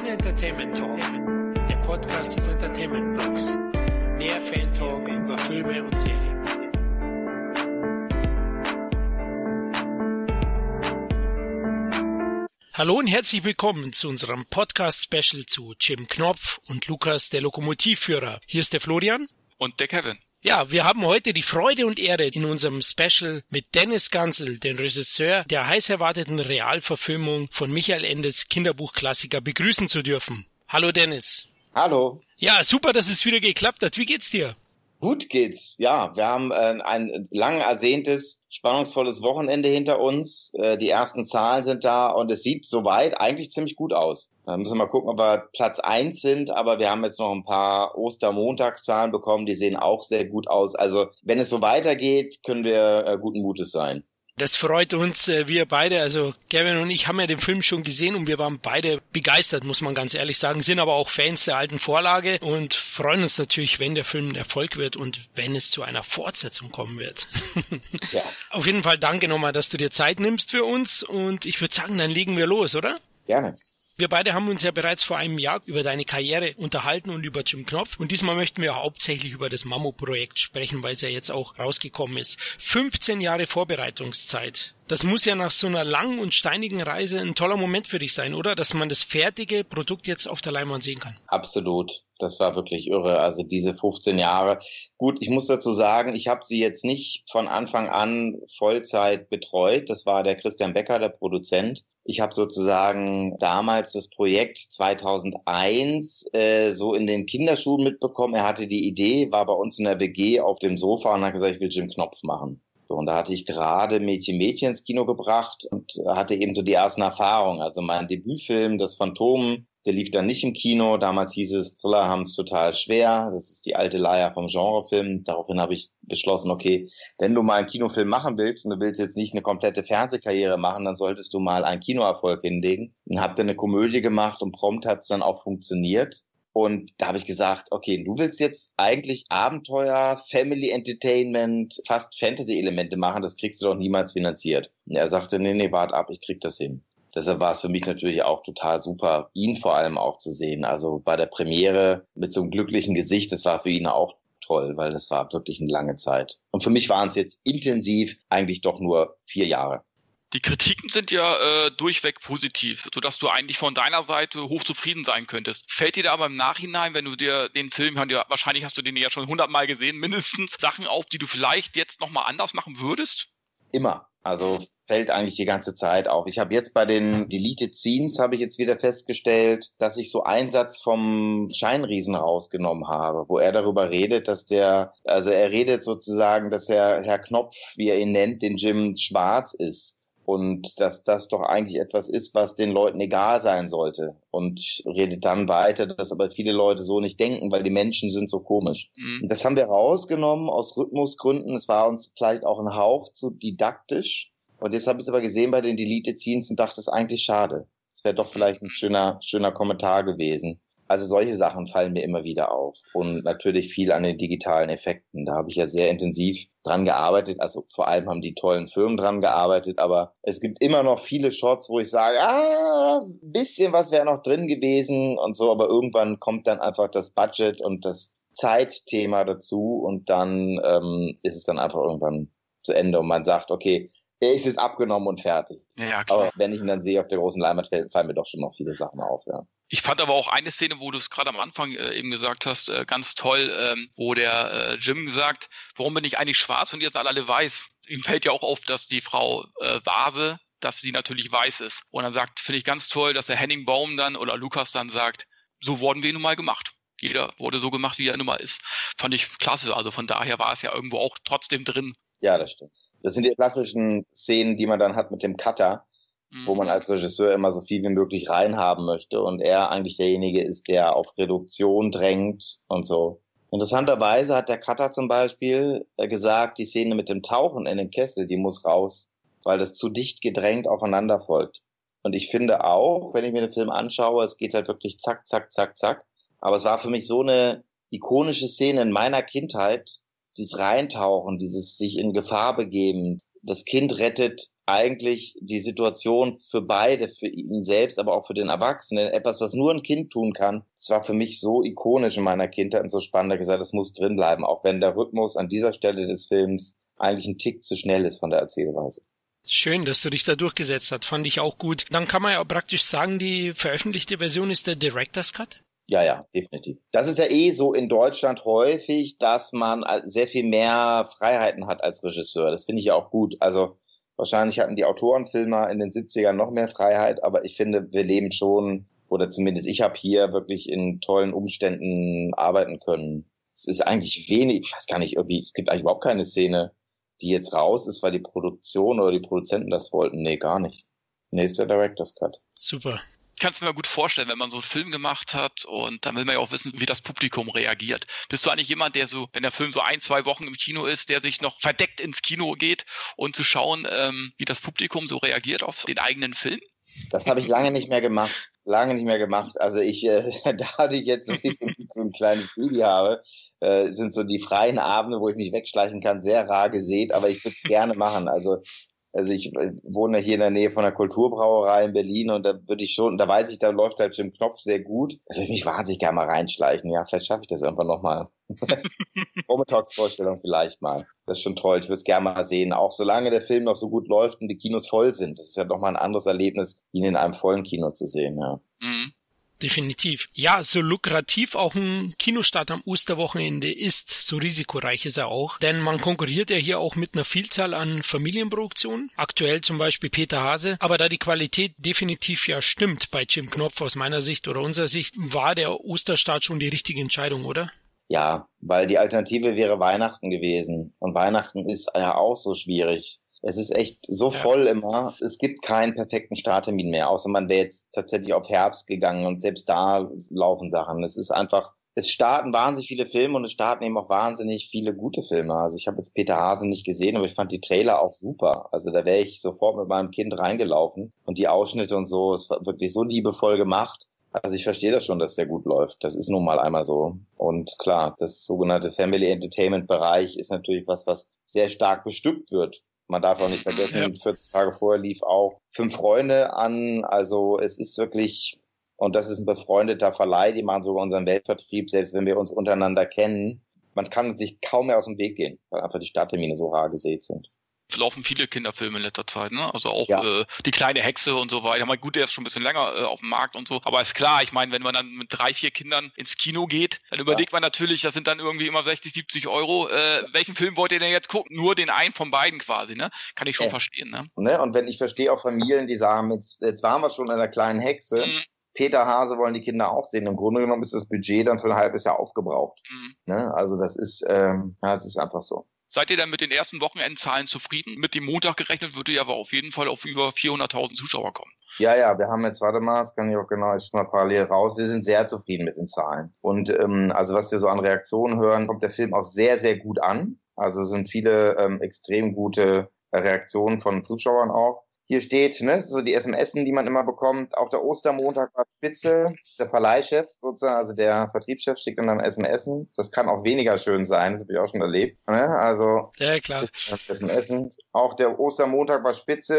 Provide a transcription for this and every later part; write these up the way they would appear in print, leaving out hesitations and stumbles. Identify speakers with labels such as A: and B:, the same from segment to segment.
A: Mein Entertainment Talk, der Podcast des Entertainment Blogs. Der Fan-Talk über Filme und Serien. Hallo und herzlich willkommen zu unserem Podcast-Special zu Jim Knopf und Lukas, der Lokomotivführer. Hier ist der Florian.
B: Und der Kevin.
A: Ja, wir haben heute die Freude und Ehre, in unserem Special mit Dennis Gansel, den Regisseur der heiß erwarteten Realverfilmung von Michael Endes Kinderbuchklassiker, begrüßen zu dürfen. Hallo Dennis.
C: Hallo.
A: Ja, super, dass es wieder geklappt hat. Wie geht's dir?
C: Gut geht's, ja. Wir haben ein lang ersehntes, spannungsvolles Wochenende hinter uns. Die ersten Zahlen sind da und es sieht soweit eigentlich ziemlich gut aus. Da müssen wir mal gucken, ob wir Platz 1 sind, aber wir haben jetzt noch ein paar Ostermontagszahlen bekommen, die sehen auch sehr gut aus. Also wenn es so weitergeht, können wir guten Mutes sein.
A: Das freut uns, wir beide, also Kevin und ich haben ja den Film schon gesehen und wir waren beide begeistert, muss man ganz ehrlich sagen, sind aber auch Fans der alten Vorlage und freuen uns natürlich, wenn der Film ein Erfolg wird und wenn es zu einer Fortsetzung kommen wird. Ja. Auf jeden Fall danke nochmal, dass du dir Zeit nimmst für uns und ich würde sagen, dann legen wir los, oder?
C: Gerne.
A: Wir beide haben uns ja bereits vor einem Jahr über deine Karriere unterhalten und über Jim Knopf. Und diesmal möchten wir hauptsächlich über das Mammo-Projekt sprechen, weil es ja jetzt auch rausgekommen ist. 15 Jahre Vorbereitungszeit. Das muss ja nach so einer langen und steinigen Reise ein toller Moment für dich sein, oder? Dass man das fertige Produkt jetzt auf der Leinwand sehen kann.
C: Absolut. Das war wirklich irre. Also diese 15 Jahre. Gut, ich muss dazu sagen, ich habe sie jetzt nicht von Anfang an Vollzeit betreut. Das war der Christian Becker, der Produzent. Ich habe sozusagen damals das Projekt 2001 so in den Kinderschuhen mitbekommen. Er hatte die Idee, war bei uns in der WG auf dem Sofa und hat gesagt, ich will Jim Knopf machen. So, und da hatte ich gerade Mädchen ins Kino gebracht und hatte eben so die ersten Erfahrungen. Also mein Debütfilm, das Phantom, der lief dann nicht im Kino. Damals hieß es, Thriller haben es total schwer. Das ist die alte Leier vom Genrefilm. Daraufhin habe ich beschlossen, okay, wenn du mal einen Kinofilm machen willst und du willst jetzt nicht eine komplette Fernsehkarriere machen, dann solltest du mal einen Kinoerfolg hinlegen. Und habe dann eine Komödie gemacht und prompt hat es dann auch funktioniert. Und da habe ich gesagt, okay, du willst jetzt eigentlich Abenteuer, Family Entertainment, fast Fantasy-Elemente machen, das kriegst du doch niemals finanziert. Und er sagte, nee, wart ab, ich krieg das hin. Deshalb war es für mich natürlich auch total super, ihn vor allem auch zu sehen. Also bei der Premiere mit so einem glücklichen Gesicht, das war für ihn auch toll, weil das war wirklich eine lange Zeit. Und für mich waren es jetzt intensiv eigentlich doch nur 4 Jahre.
B: Die Kritiken sind ja durchweg positiv, sodass du eigentlich von deiner Seite hochzufrieden sein könntest. Fällt dir da aber im Nachhinein, wenn du dir den Film, wahrscheinlich hast du den ja schon 100-mal gesehen, mindestens, Sachen auf, die du vielleicht jetzt nochmal anders machen würdest?
C: Immer. Also fällt eigentlich die ganze Zeit auf. Ich habe jetzt bei den Deleted Scenes habe ich jetzt wieder festgestellt, dass ich so einen Satz vom Scheinriesen rausgenommen habe, wo er darüber redet, er redet sozusagen, dass der Herr Knopf, wie er ihn nennt, den Jim schwarz ist. Und dass das doch eigentlich etwas ist, was den Leuten egal sein sollte. Und redet dann weiter, dass aber viele Leute so nicht denken, weil die Menschen sind so komisch. Mhm. Das haben wir rausgenommen aus Rhythmusgründen. Es war uns vielleicht auch ein Hauch zu didaktisch. Und jetzt habe ich es aber gesehen bei den Deleted Scenes und dachte, das ist eigentlich schade. Es wäre doch vielleicht ein schöner Kommentar gewesen. Also solche Sachen fallen mir immer wieder auf. Und natürlich viel an den digitalen Effekten. Da habe ich ja sehr intensiv dran gearbeitet. Also vor allem haben die tollen Firmen dran gearbeitet. Aber es gibt immer noch viele Shots, wo ich sage, ein bisschen was wäre noch drin gewesen und so. Aber irgendwann kommt dann einfach das Budget und das Zeitthema dazu. Und dann ist es dann einfach irgendwann zu Ende. Und man sagt, okay, er ist jetzt abgenommen und fertig. Ja, klar. Aber wenn ich ihn dann sehe auf der großen Leinwand, fallen mir doch schon noch viele Sachen auf, ja.
B: Ich fand aber auch eine Szene, wo du es gerade am Anfang eben gesagt hast, ganz toll, wo der Jim sagt, warum bin ich eigentlich schwarz und ihr seid alle weiß? Ihm fällt ja auch auf, dass die Frau Vase, dass sie natürlich weiß ist. Und dann finde ich ganz toll, dass der Henning Baum dann oder Lukas dann sagt, so wurden wir nun mal gemacht. Jeder wurde so gemacht, wie er nun mal ist. Fand ich klasse. Also von daher war es ja irgendwo auch trotzdem drin.
C: Ja, das stimmt. Das sind die klassischen Szenen, die man dann hat mit dem Cutter, wo man als Regisseur immer so viel wie möglich reinhaben möchte und er eigentlich derjenige ist, der auf Reduktion drängt und so. Interessanterweise hat der Cutter zum Beispiel gesagt, die Szene mit dem Tauchen in den Kessel, die muss raus, weil das zu dicht gedrängt aufeinander folgt. Und ich finde auch, wenn ich mir den Film anschaue, es geht halt wirklich zack, zack, zack, zack. Aber es war für mich so eine ikonische Szene in meiner Kindheit, dieses Reintauchen, dieses sich in Gefahr begeben, das Kind rettet eigentlich die Situation für beide, für ihn selbst, aber auch für den Erwachsenen. Etwas, was nur ein Kind tun kann. Das war für mich so ikonisch in meiner Kindheit und so spannend, gesagt, das muss drin bleiben, auch wenn der Rhythmus an dieser Stelle des Films eigentlich ein Tick zu schnell ist von der Erzählweise.
A: Schön, dass du dich da durchgesetzt hast, fand ich auch gut. Dann kann man ja praktisch sagen, die veröffentlichte Version ist der Director's Cut?
C: Ja, definitiv. Das ist ja so in Deutschland häufig, dass man sehr viel mehr Freiheiten hat als Regisseur. Das finde ich ja auch gut. Also wahrscheinlich hatten die Autorenfilmer in den 70ern noch mehr Freiheit, aber ich finde, wir leben schon, oder zumindest ich habe hier wirklich in tollen Umständen arbeiten können. Es ist eigentlich wenig, ich weiß gar nicht, irgendwie, es gibt eigentlich überhaupt keine Szene, die jetzt raus ist, weil die Produktion oder die Produzenten das wollten. Nee, gar nicht. Nee, ist der Director's Cut.
A: Super.
B: Ich kann es mir gut vorstellen, wenn man so einen Film gemacht hat und dann will man ja auch wissen, wie das Publikum reagiert. Bist du eigentlich jemand, der so, wenn der Film so 1-2 Wochen im Kino ist, der sich noch verdeckt ins Kino geht und zu schauen, wie das Publikum so reagiert auf den eigenen Film?
C: Das habe ich lange nicht mehr gemacht. Also dadurch jetzt, dass ich so ein kleines Baby habe, sind so die freien Abende, wo ich mich wegschleichen kann, sehr rar gesät, aber ich würde es gerne machen. Also ich wohne hier in der Nähe von einer Kulturbrauerei in Berlin und da weiß ich, da läuft halt Jim Knopf sehr gut. Da würde ich mich wahnsinnig gerne mal reinschleichen. Ja, vielleicht schaffe ich das irgendwann nochmal. Vormittagsvorstellung vielleicht mal. Das ist schon toll. Ich würde es gerne mal sehen. Auch solange der Film noch so gut läuft und die Kinos voll sind. Das ist ja doch mal ein anderes Erlebnis, ihn in einem vollen Kino zu sehen, ja.
B: Mhm.
A: Definitiv. Ja, so lukrativ auch ein Kinostart am Osterwochenende ist, so risikoreich ist er auch. Denn man konkurriert ja hier auch mit einer Vielzahl an Familienproduktionen. Aktuell zum Beispiel Peter Hase. Aber da die Qualität definitiv ja stimmt bei Jim Knopf aus meiner Sicht oder unserer Sicht, war der Osterstart schon die richtige Entscheidung, oder?
C: Ja, weil die Alternative wäre Weihnachten gewesen. Und Weihnachten ist ja auch so schwierig. Es ist echt so voll immer. Es gibt keinen perfekten Starttermin mehr, außer man wäre jetzt tatsächlich auf Herbst gegangen und selbst da laufen Sachen. Es starten wahnsinnig viele Filme und es starten eben auch wahnsinnig viele gute Filme. Also ich habe jetzt Peter Hase nicht gesehen, aber ich fand die Trailer auch super. Also da wäre ich sofort mit meinem Kind reingelaufen und die Ausschnitte und so, es war wirklich so liebevoll gemacht. Also ich verstehe das schon, dass der gut läuft. Das ist nun mal einmal so. Und klar, das sogenannte Family Entertainment Bereich ist natürlich was sehr stark bestückt wird. Man darf auch nicht vergessen, 14 Tage vorher lief auch 5 Freunde an. Also es ist wirklich, und das ist ein befreundeter Verleih, die machen sogar unseren Weltvertrieb, selbst wenn wir uns untereinander kennen. Man kann sich kaum mehr aus dem Weg gehen, weil einfach die Starttermine so rar gesät sind.
B: Es laufen viele Kinderfilme in letzter Zeit, ne? Also auch die kleine Hexe und so weiter. Ich meine, gut, der ist schon ein bisschen länger auf dem Markt und so. Aber ist klar, ich meine, wenn man dann mit 3-4 Kindern ins Kino geht, dann überlegt man natürlich, das sind dann irgendwie immer 60, 70 Euro. Welchen Film wollt ihr denn jetzt gucken? Nur den einen von beiden quasi, ne? Kann ich schon verstehen, ne?
C: Und wenn ich verstehe auch Familien, die sagen, jetzt waren wir schon in der kleinen Hexe. Peter Hase wollen die Kinder auch sehen. Im Grunde genommen ist das Budget dann für ein halbes Jahr aufgebraucht. Ne? Also das ist, es ist einfach so.
B: Seid ihr dann mit den ersten Wochenendzahlen zufrieden? Mit dem Montag gerechnet würde ihr aber auf jeden Fall auf über 400.000 Zuschauer kommen.
C: Ja, wir haben jetzt, das kann ich auch genau, ich mal parallel raus. Wir sind sehr zufrieden mit den Zahlen. Und also was wir so an Reaktionen hören, kommt der Film auch sehr, sehr gut an. Also es sind viele extrem gute Reaktionen von Zuschauern auch. Hier steht, so die SMSen, die man immer bekommt. Auch der Ostermontag war spitze. Der Verleihchef sozusagen, also der Vertriebschef schickt dann SMSen. Das kann auch weniger schön sein, das habe ich auch schon erlebt. Ne? Also
A: ja, klar.
C: SMSen. Auch der Ostermontag war spitze,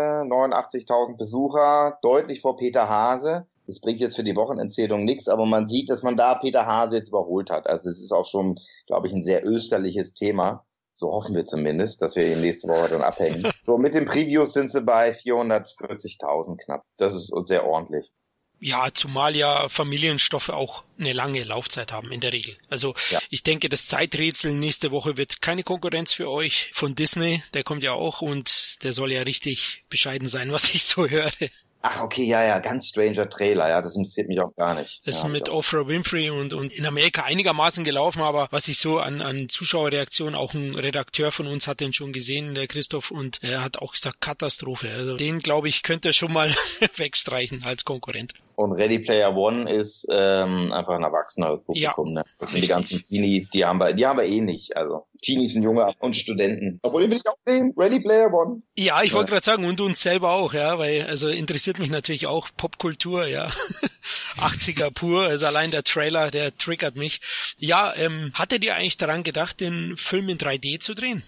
C: 89.000 Besucher, deutlich vor Peter Hase. Das bringt jetzt für die Wochenendzählung nichts, aber man sieht, dass man da Peter Hase jetzt überholt hat. Also es ist auch schon, glaube ich, ein sehr österliches Thema. So hoffen wir zumindest, dass wir ihn nächste Woche dann abhängen. So, mit den Previews sind sie bei 440.000 knapp. Das ist sehr ordentlich.
A: Ja, zumal ja Familienstoffe auch eine lange Laufzeit haben in der Regel. Also ich denke, das Zeiträtsel nächste Woche wird keine Konkurrenz für euch von Disney. Der kommt ja auch und der soll ja richtig bescheiden sein, was ich so höre.
C: Ach, okay, ganz stranger Trailer, das interessiert mich auch gar nicht.
A: Das ist mit Oprah Winfrey und in Amerika einigermaßen gelaufen, aber was ich so an Zuschauerreaktionen, auch ein Redakteur von uns hat den schon gesehen, der Christoph, und er hat auch gesagt, Katastrophe. Also den, glaube ich, könnte er schon mal wegstreichen als Konkurrent.
C: Und Ready Player One ist einfach ein erwachseneres Publikum. Ne? Das sind die ganzen Teenies, die haben wir eh nicht. Also Teenies sind Junge und Studenten. Obwohl, den will ich auch sehen. Ready Player One.
A: Ja, ich wollte gerade sagen, und uns selber auch, weil also interessiert mich natürlich auch Popkultur, 80er pur, also allein der Trailer, der triggert mich. Ja, hattet ihr eigentlich daran gedacht, den Film in 3D zu drehen?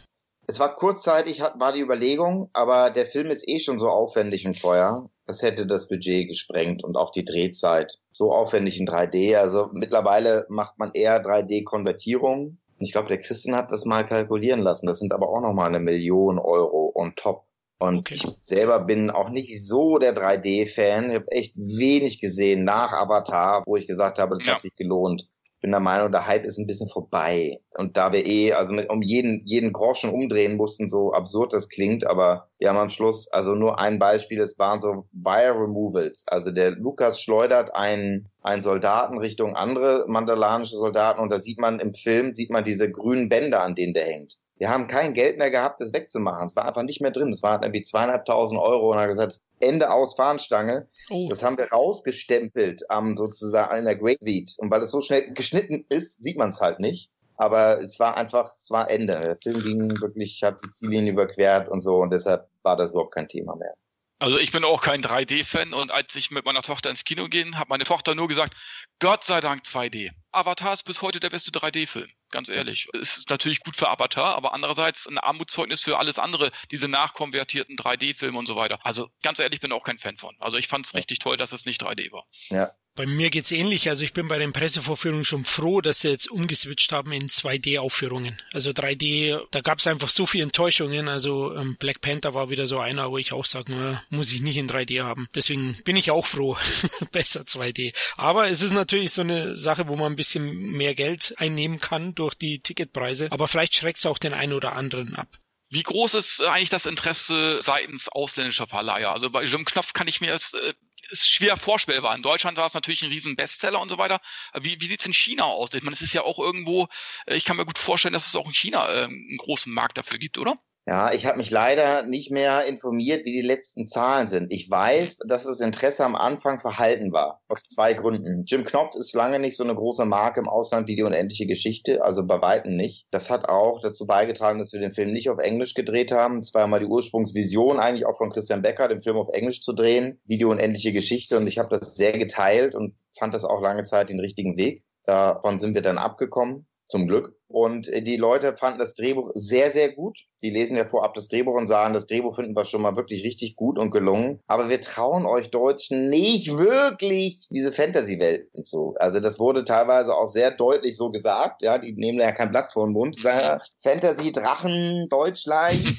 C: Es war kurzzeitig, war die Überlegung, aber der Film ist schon so aufwendig und teuer. Das hätte das Budget gesprengt und auch die Drehzeit. So aufwendig in 3D. Also mittlerweile macht man eher 3D-Konvertierung. Ich glaube, der Christian hat das mal kalkulieren lassen. Das sind aber auch nochmal 1 Million Euro on top. Und okay. Ich selber bin auch nicht so der 3D-Fan. Ich habe echt wenig gesehen nach Avatar, wo ich gesagt habe, das hat sich gelohnt. Ich bin der Meinung, der Hype ist ein bisschen vorbei. Und da wir um jeden Groschen umdrehen mussten, so absurd das klingt, aber wir haben am Schluss, also nur ein Beispiel, es waren so Wire Removals. Also der Lukas schleudert einen Soldaten Richtung andere mandalanische Soldaten und da sieht man im Film, diese grünen Bänder, an denen der hängt. Wir haben kein Geld mehr gehabt, das wegzumachen. Es war einfach nicht mehr drin. Es waren irgendwie 2.500 Euro und er hat gesagt, Ende aus Fahnenstange. Oh. Das haben wir rausgestempelt sozusagen in der Great Beat. Und weil es so schnell geschnitten ist, sieht man es halt nicht. Aber es war Ende. Der Film ging wirklich, hat die Ziellinie überquert und so und deshalb war das überhaupt kein Thema mehr.
B: Also ich bin auch kein 3D-Fan und als ich mit meiner Tochter ins Kino ging, hat meine Tochter nur gesagt, Gott sei Dank 2D. Avatar ist bis heute der beste 3D-Film, ganz ehrlich. Es ist natürlich gut für Avatar, aber andererseits ein Armutszeugnis für alles andere, diese nachkonvertierten 3D-Filme und so weiter. Also ganz ehrlich, bin auch kein Fan von. Also ich fand es richtig toll, dass es nicht 3D war.
C: Ja.
A: Bei mir geht's ähnlich. Also ich bin bei den Pressevorführungen schon froh, dass sie jetzt umgeswitcht haben in 2D-Aufführungen. Also 3D, da gab's einfach so viele Enttäuschungen. Also Black Panther war wieder so einer, wo ich auch sage, muss ich nicht in 3D haben. Deswegen bin ich auch froh. Besser 2D. Aber es ist natürlich so eine Sache, wo man ein bisschen mehr Geld einnehmen kann durch die Ticketpreise. Aber vielleicht schreckt's auch den einen oder anderen ab.
B: Wie groß ist eigentlich das Interesse seitens ausländischer Verleiher? Also bei Jim Knopf kann ich mir ist schwer vorstellbar. In Deutschland war es natürlich ein riesen Bestseller und so weiter. Wie sieht's in China aus? Ich meine, es ist ja auch irgendwo, ich kann mir gut vorstellen, dass es auch in China einen großen Markt dafür gibt, oder?
C: Ja, ich habe mich leider nicht mehr informiert, wie die letzten Zahlen sind. Ich weiß, dass das Interesse am Anfang verhalten war. Aus 2 Gründen. Jim Knopf ist lange nicht so eine große Marke im Ausland wie die unendliche Geschichte, also bei Weitem nicht. Das hat auch dazu beigetragen, dass wir den Film nicht auf Englisch gedreht haben. Es war ja mal die Ursprungsvision eigentlich auch von Christian Becker, den Film auf Englisch zu drehen, wie die unendliche Geschichte. Und ich habe das sehr geteilt und fand das auch lange Zeit den richtigen Weg. Davon sind wir dann abgekommen. Zum Glück. Und die Leute fanden das Drehbuch sehr, sehr gut. Sie lesen ja vorab das Drehbuch und sagen, das Drehbuch finden wir schon mal wirklich richtig gut und gelungen. Aber wir trauen euch Deutschen nicht wirklich diese Fantasy-Welten zu. Also das wurde teilweise auch sehr deutlich so gesagt. Ja, die nehmen ja kein Blatt vor den Mund. Die sagen, ja, Fantasy, Drachen, Deutschland.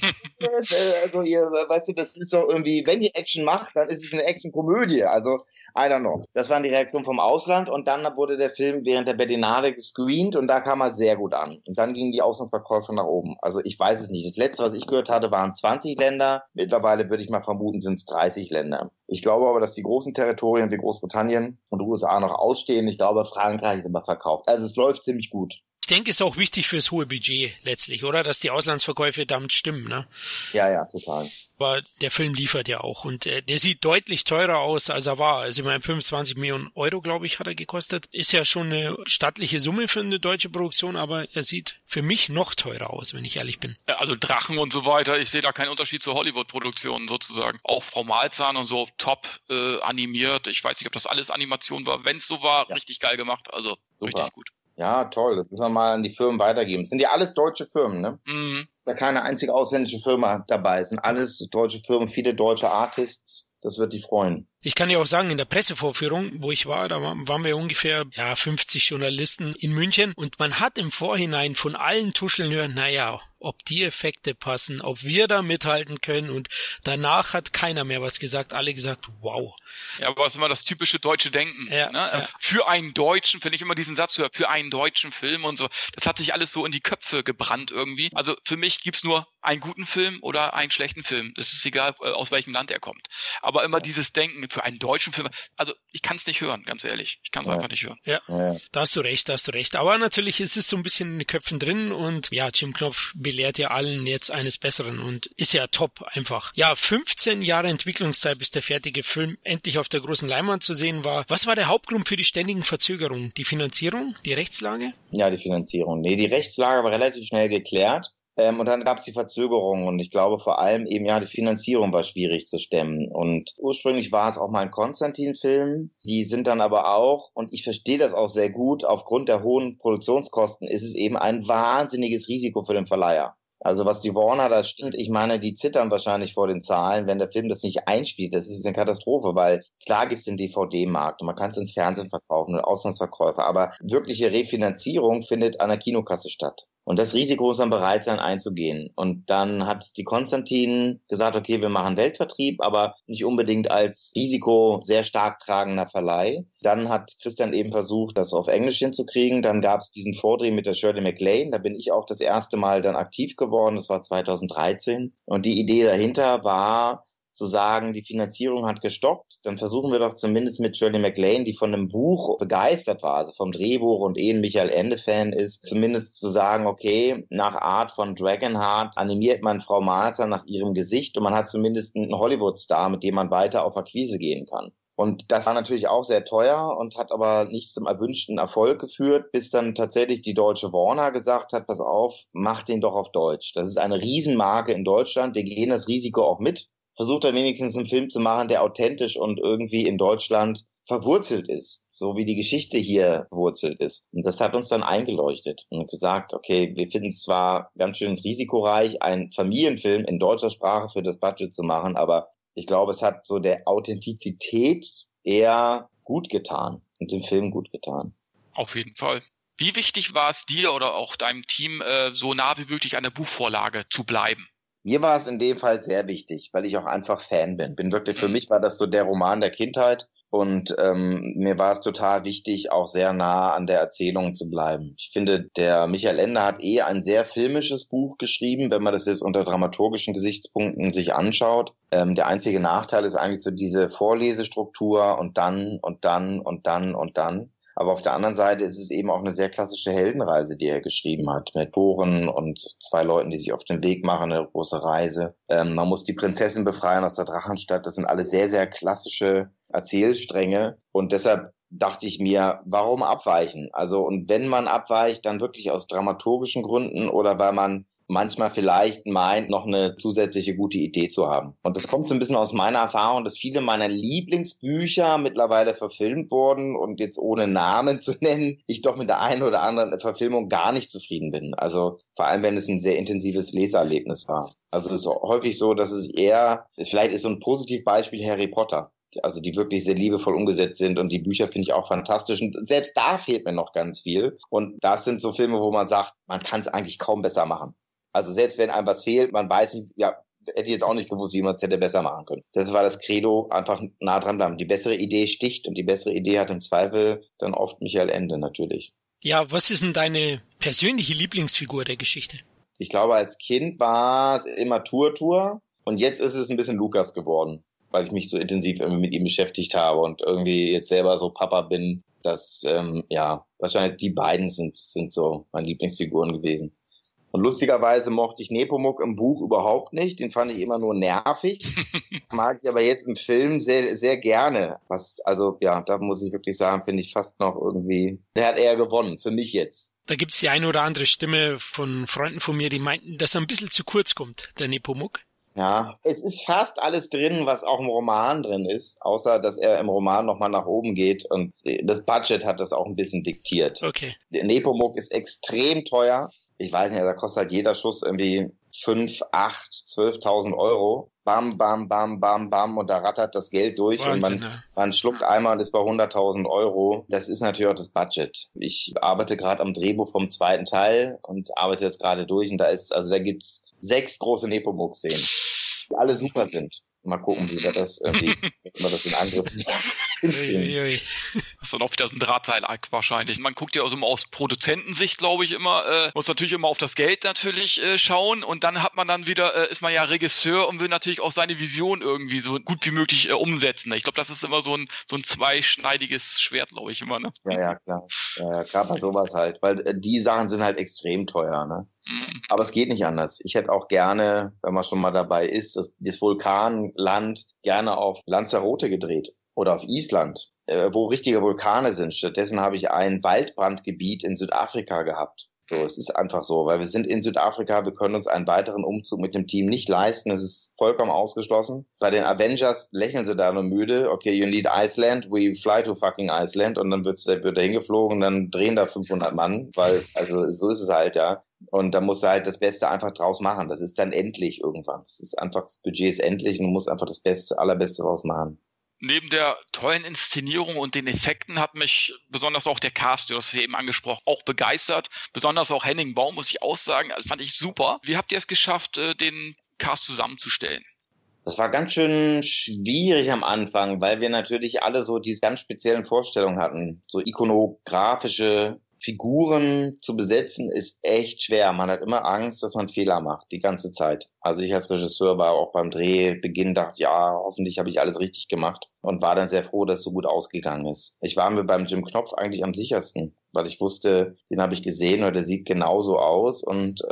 C: Also weißt du, das ist doch irgendwie, wenn ihr Action macht, dann ist es eine Action-Komödie. Also, I don't know. Das waren die Reaktionen vom Ausland und dann wurde der Film während der Berlinale gescreent und da kam er sehr gut an. Und dann gingen die Auslandsverkäufe nach oben. Also ich weiß es nicht. Das letzte, was ich gehört hatte, waren 20 Länder. Mittlerweile würde ich mal vermuten, sind es 30 Länder. Ich glaube aber, dass die großen Territorien wie Großbritannien und USA noch ausstehen. Ich glaube, Frankreich ist immer verkauft. Also es läuft ziemlich gut.
A: Ich denke, es ist auch wichtig fürs hohe Budget letztlich, oder? Dass die Auslandsverkäufe damit stimmen, ne?
C: Ja, total.
A: Aber der Film liefert ja auch und der sieht deutlich teurer aus, als er war. Also ich meine, 25 Millionen Euro, glaube ich, hat er gekostet. Ist ja schon eine stattliche Summe für eine deutsche Produktion, aber er sieht für mich noch teurer aus, wenn ich ehrlich bin.
B: Ja, also Drachen und so weiter, ich sehe da keinen Unterschied zu Hollywood-Produktionen sozusagen. Auch Frau Malzahn und so top animiert. Ich weiß nicht, ob das alles Animation war. Wenn es so war, richtig geil gemacht. Also super. Richtig gut.
C: Ja, toll. Das müssen wir mal an die Firmen weitergeben. Es sind ja alles deutsche Firmen, ne?
B: Mhm.
C: Da keine einzige ausländische Firma dabei. Es sind alles deutsche Firmen, viele deutsche Artists. Das wird die freuen.
A: Ich kann dir auch sagen, in der Pressevorführung, wo ich war, da waren wir ungefähr 50 Journalisten in München und man hat im Vorhinein von allen Tuscheln hören, ob die Effekte passen, ob wir da mithalten können und danach hat keiner mehr was gesagt, alle gesagt, wow.
B: Ja, aber es ist immer das typische deutsche Denken.
A: Ja,
B: ne?
A: Ja.
B: Für einen Deutschen, wenn ich immer diesen Satz höre, für einen deutschen Film und so, das hat sich alles so in die Köpfe gebrannt irgendwie. Also für mich gibt's nur einen guten Film oder einen schlechten Film. Es ist egal, aus welchem Land er kommt. Aber immer dieses Denken für einen deutschen Film, also ich kann es nicht hören, ganz ehrlich. Ich kann es einfach nicht hören.
A: Ja, da hast du recht. Aber natürlich ist es so ein bisschen in den Köpfen drin und ja, Jim Knopf belehrt ja allen jetzt eines Besseren und ist ja top einfach. Ja, 15 Jahre Entwicklungszeit, bis der fertige Film endlich auf der großen Leinwand zu sehen war. Was war der Hauptgrund für die ständigen Verzögerungen? Die Finanzierung? Die Rechtslage?
C: Ja, die Finanzierung. Nee, die Rechtslage war relativ schnell geklärt. Und dann gab es die Verzögerungen und ich glaube vor allem eben, die Finanzierung war schwierig zu stemmen. Und ursprünglich war es auch mal ein Konstantin-Film. Die sind dann aber auch, und ich verstehe das auch sehr gut, aufgrund der hohen Produktionskosten ist es eben ein wahnsinniges Risiko für den Verleiher. Also was die Warner da stimmt, ich meine, die zittern wahrscheinlich vor den Zahlen, wenn der Film das nicht einspielt. Das ist eine Katastrophe, weil klar gibt's den DVD-Markt und man kann es ins Fernsehen verkaufen und Auslandsverkäufe, aber wirkliche Refinanzierung findet an der Kinokasse statt. Und das Risiko muss man bereit sein einzugehen. Und dann hat die Konstantin gesagt, okay, wir machen Weltvertrieb, aber nicht unbedingt als Risiko sehr stark tragender Verleih. Dann hat Christian eben versucht, das auf Englisch hinzukriegen. Dann gab es diesen Vordreh mit der Shirley MacLaine. Da bin ich auch das erste Mal dann aktiv geworden. Das war 2013. Und die Idee dahinter war, zu sagen, die Finanzierung hat gestoppt, dann versuchen wir doch zumindest mit Shirley MacLaine, die von einem Buch begeistert war, also vom Drehbuch und ein Michael Ende-Fan ist, zumindest zu sagen, okay, nach Art von Dragonheart animiert man Frau Marzer nach ihrem Gesicht und man hat zumindest einen Hollywood-Star, mit dem man weiter auf Akquise gehen kann. Und das war natürlich auch sehr teuer und hat aber nicht zum erwünschten Erfolg geführt, bis dann tatsächlich die deutsche Warner gesagt hat, pass auf, mach den doch auf Deutsch. Das ist eine Riesenmarke in Deutschland, wir gehen das Risiko auch mit. Versucht er wenigstens einen Film zu machen, der authentisch und irgendwie in Deutschland verwurzelt ist, so wie die Geschichte hier verwurzelt ist. Und das hat uns dann eingeleuchtet und gesagt, okay, wir finden es zwar ganz schön risikoreich, einen Familienfilm in deutscher Sprache für das Budget zu machen, aber ich glaube, es hat so der Authentizität eher gut getan und dem Film gut getan.
B: Auf jeden Fall. Wie wichtig war es dir oder auch deinem Team, so nah wie möglich an der Buchvorlage zu bleiben?
C: Mir war es in dem Fall sehr wichtig, weil ich auch einfach Fan bin. Für mich war das so der Roman der Kindheit und mir war es total wichtig, auch sehr nah an der Erzählung zu bleiben. Ich finde, der Michael Ende hat ein sehr filmisches Buch geschrieben, wenn man das jetzt unter dramaturgischen Gesichtspunkten sich anschaut. Der einzige Nachteil ist eigentlich so diese Vorlesestruktur und dann und dann und dann und dann. Aber auf der anderen Seite ist es eben auch eine sehr klassische Heldenreise, die er geschrieben hat, mit Poren und 2 Leuten, die sich auf den Weg machen, eine große Reise. Man muss die Prinzessin befreien aus der Drachenstadt. Das sind alle sehr, sehr klassische Erzählstränge. Und deshalb dachte ich mir, warum abweichen? Also, und wenn man abweicht, dann wirklich aus dramaturgischen Gründen oder weil man manchmal vielleicht meint, noch eine zusätzliche gute Idee zu haben. Und das kommt so ein bisschen aus meiner Erfahrung, dass viele meiner Lieblingsbücher mittlerweile verfilmt wurden und jetzt ohne Namen zu nennen, ich doch mit der einen oder anderen Verfilmung gar nicht zufrieden bin. Also vor allem, wenn es ein sehr intensives Leserlebnis war. Also es ist häufig so, dass vielleicht ist so ein Positivbeispiel Harry Potter. Also die wirklich sehr liebevoll umgesetzt sind und die Bücher finde ich auch fantastisch. Und selbst da fehlt mir noch ganz viel. Und das sind so Filme, wo man sagt, man kann es eigentlich kaum besser machen. Also selbst wenn einem was fehlt, man weiß nicht, ja, hätte ich jetzt auch nicht gewusst, wie man es hätte besser machen können. Das war das Credo, einfach nah dran bleiben. Die bessere Idee sticht und die bessere Idee hat im Zweifel dann oft Michael Ende natürlich.
A: Ja, was ist denn deine persönliche Lieblingsfigur der Geschichte?
C: Ich glaube, als Kind war es immer Turtur und jetzt ist es ein bisschen Lukas geworden, weil ich mich so intensiv irgendwie mit ihm beschäftigt habe und irgendwie jetzt selber so Papa bin. Das, wahrscheinlich die beiden sind so meine Lieblingsfiguren gewesen. Und lustigerweise mochte ich Nepomuk im Buch überhaupt nicht. Den fand ich immer nur nervig. Mag ich aber jetzt im Film sehr, sehr gerne. Da muss ich wirklich sagen, finde ich fast noch irgendwie, der hat eher gewonnen, für mich jetzt.
A: Da gibt's die eine oder andere Stimme von Freunden von mir, die meinten, dass er ein bisschen zu kurz kommt, der Nepomuk.
C: Ja, es ist fast alles drin, was auch im Roman drin ist, außer dass er im Roman nochmal nach oben geht und das Budget hat das auch ein bisschen diktiert.
A: Okay.
C: Der Nepomuk ist extrem teuer. Ich weiß nicht, da kostet halt jeder Schuss irgendwie 5, 8, 12.000 Euro. Bam, bam, bam, bam, bam und da rattert das Geld durch.
A: Wahnsinn,
C: und man schluckt einmal und ist bei 100.000 Euro. Das ist natürlich auch das Budget. Ich arbeite gerade am Drehbuch vom 2. Teil und arbeite jetzt gerade durch und da gibt's 6 große Nepomuk-Szenen, die alle super sind. Mal gucken, wie wir das in Angriff nehmen.
B: Das ist dann auch wieder so ein Drahtseilakt wahrscheinlich. Man guckt ja auch immer aus Produzentensicht, glaube ich, immer, muss natürlich immer auf das Geld natürlich schauen und dann hat man dann wieder, ist man ja Regisseur und will natürlich auch seine Vision irgendwie so gut wie möglich umsetzen. Ich glaube, das ist immer so ein zweischneidiges Schwert, glaube ich immer, ne?
C: Ja, klar. Ja, gerade bei sowas halt, weil die Sachen sind halt extrem teuer, ne? Aber es geht nicht anders. Ich hätte auch gerne, wenn man schon mal dabei ist, das Vulkanland gerne auf Lanzarote gedreht oder auf Island, wo richtige Vulkane sind. Stattdessen habe ich ein Waldbrandgebiet in Südafrika gehabt. So, es ist einfach so, weil wir sind in Südafrika, wir können uns einen weiteren Umzug mit dem Team nicht leisten. Es ist vollkommen ausgeschlossen. Bei den Avengers lächeln sie da nur müde. Okay, you need Iceland, we fly to fucking Iceland. Und dann wird da hingeflogen, dann drehen da 500 Mann, weil, also so ist es halt, ja. Und da musst du halt das Beste einfach draus machen. Das ist dann endlich irgendwann. Das Budget ist endlich und du musst einfach das Allerbeste draus machen.
B: Neben der tollen Inszenierung und den Effekten hat mich besonders auch der Cast, du hast es eben angesprochen, auch begeistert. Besonders auch Henning Baum, muss ich auch sagen, das fand ich super. Wie habt ihr es geschafft, den Cast zusammenzustellen?
C: Das war ganz schön schwierig am Anfang, weil wir natürlich alle so diese ganz speziellen Vorstellungen hatten. So ikonografische Figuren zu besetzen ist echt schwer. Man hat immer Angst, dass man Fehler macht, die ganze Zeit. Also ich als Regisseur war auch beim Drehbeginn, dachte, ja, hoffentlich habe ich alles richtig gemacht und war dann sehr froh, dass es so gut ausgegangen ist. Ich war mir beim Jim Knopf eigentlich am sichersten, weil ich wusste, den habe ich gesehen und der sieht genauso aus und